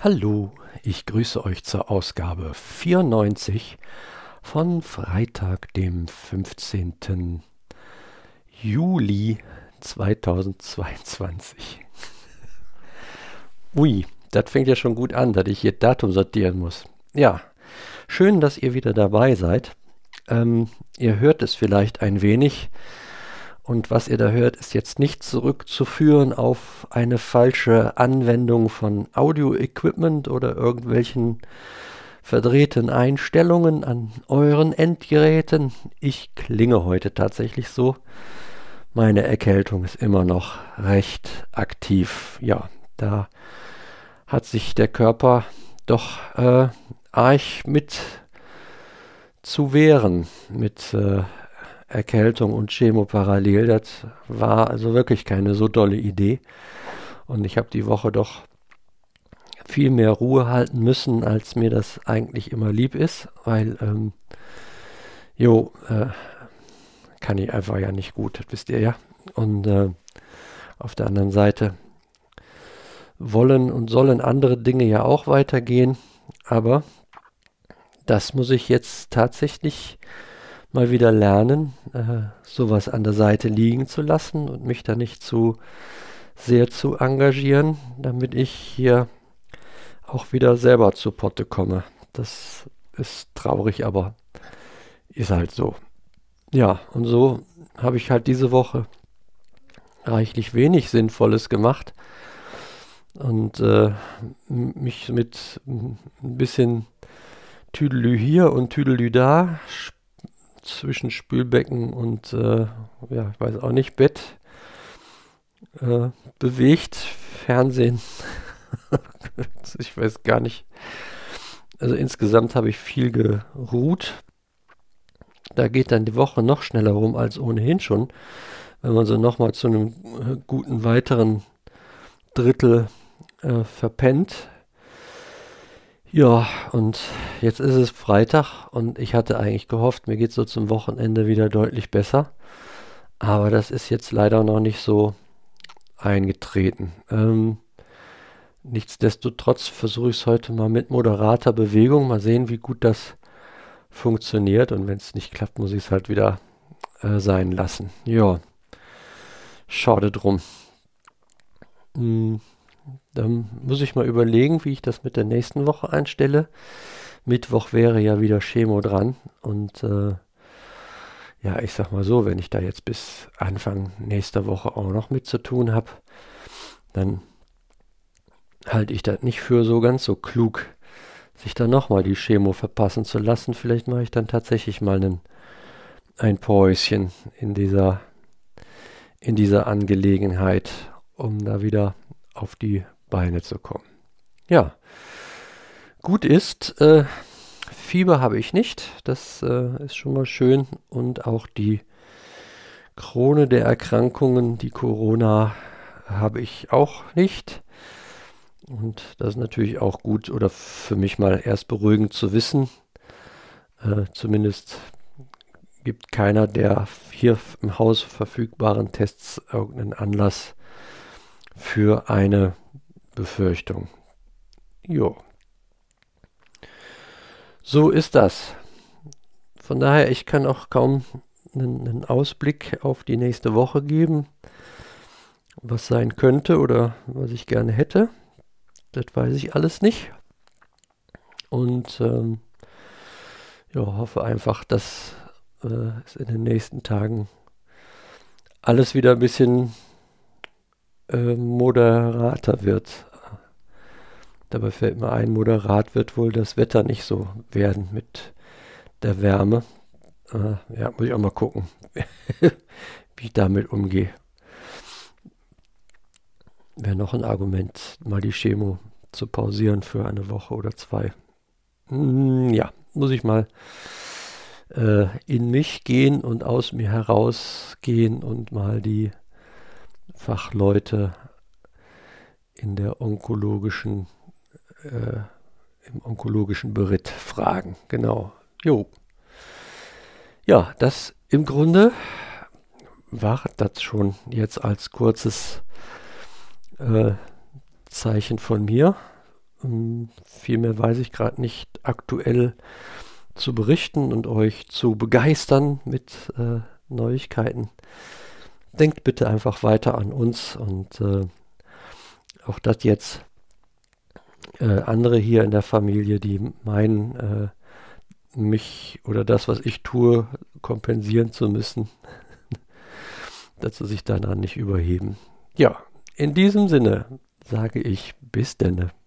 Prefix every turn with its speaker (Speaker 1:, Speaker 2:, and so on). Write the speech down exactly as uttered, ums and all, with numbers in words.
Speaker 1: Hallo, ich grüße euch zur Ausgabe vierundneunzig von Freitag, dem fünfzehnten Juli zweitausendzweiundzwanzig. Ui, das fängt ja schon gut an, dass ich hier Datum sortieren muss. Ja, schön, dass ihr wieder dabei seid. Ähm, ihr hört es vielleicht ein wenig. Und was ihr da hört, ist jetzt nicht zurückzuführen auf eine falsche Anwendung von Audio-Equipment oder irgendwelchen verdrehten Einstellungen an euren Endgeräten. Ich klinge heute tatsächlich so. Meine Erkältung ist immer noch recht aktiv. Ja, da hat sich der Körper doch äh, arg mit zu wehren, mit äh, Erkältung und Chemo parallel. Das war also wirklich keine so dolle Idee. Und ich habe die Woche doch viel mehr Ruhe halten müssen, als mir das eigentlich immer lieb ist, weil, ähm, jo, äh, kann ich einfach ja nicht gut, das wisst ihr ja. Und äh, auf der anderen Seite wollen und sollen andere Dinge ja auch weitergehen, aber das muss ich jetzt tatsächlich mal wieder lernen, äh, sowas an der Seite liegen zu lassen und mich da nicht zu sehr zu engagieren, damit ich hier auch wieder selber zu Potte komme. Das ist traurig, aber ist halt so. Ja, und so habe ich halt diese Woche reichlich wenig Sinnvolles gemacht und äh, mich mit ein bisschen Tüdelü hier und Tüdelü da zwischen Spülbecken und, äh, ja, ich weiß auch nicht, Bett äh, bewegt, Fernsehen, ich weiß gar nicht. Also insgesamt habe ich viel geruht. Da geht dann die Woche noch schneller rum als ohnehin schon, wenn man so nochmal zu einem äh, guten weiteren Drittel äh, verpennt. Ja, und jetzt ist es Freitag und ich hatte eigentlich gehofft, mir geht es so zum Wochenende wieder deutlich besser. Aber das ist jetzt leider noch nicht so eingetreten. Ähm, nichtsdestotrotz versuche ich es heute mal mit moderater Bewegung. Mal sehen, wie gut das funktioniert. Und wenn es nicht klappt, muss ich es halt wieder äh, sein lassen. Ja, schade drum. Hm. Dann muss ich mal überlegen, wie ich das mit der nächsten Woche einstelle. Mittwoch wäre ja wieder Chemo dran. Und äh, ja, ich sag mal so, wenn ich da jetzt bis Anfang nächster Woche auch noch mit zu tun habe, dann halte ich das nicht für so ganz so klug, sich dann nochmal die Chemo verpassen zu lassen. Vielleicht mache ich dann tatsächlich mal einen, ein Päuschen in dieser, in dieser Angelegenheit, um da wieder auf die Beine zu kommen. Ja, gut ist, äh, Fieber habe ich nicht, das äh, ist schon mal schön und auch die Krone der Erkrankungen, die Corona, habe ich auch nicht und das ist natürlich auch gut oder für mich mal erst beruhigend zu wissen, äh, zumindest gibt keiner der hier im Haus verfügbaren Tests irgendeinen Anlass für eine Befürchtung. Jo. So ist das. Von daher, ich kann auch kaum einen, einen Ausblick auf die nächste Woche geben, was sein könnte oder was ich gerne hätte. Das weiß ich alles nicht. Und ähm, ja, hoffe einfach, dass äh, es in den nächsten Tagen alles wieder ein bisschen äh, moderater wird. Dabei fällt mir ein, moderat wird wohl das Wetter nicht so werden mit der Wärme. Äh, ja, muss ich auch mal gucken, wie ich damit umgehe. Wäre noch ein Argument, mal die Chemo zu pausieren für eine Woche oder zwei. Hm, ja, muss ich mal äh, in mich gehen und aus mir herausgehen und mal die Fachleute in der onkologischen Äh, im onkologischen Beritt fragen. Genau. Jo. Ja, das im Grunde war das schon jetzt als kurzes äh, Zeichen von mir. Ähm, viel mehr weiß ich gerade nicht aktuell zu berichten und euch zu begeistern mit äh, Neuigkeiten. Denkt bitte einfach weiter an uns und äh, auch das jetzt äh, andere hier in der Familie, die meinen, äh, mich oder das, was ich tue, kompensieren zu müssen, dass sie sich daran nicht überheben. Ja, in diesem Sinne sage ich bis denne.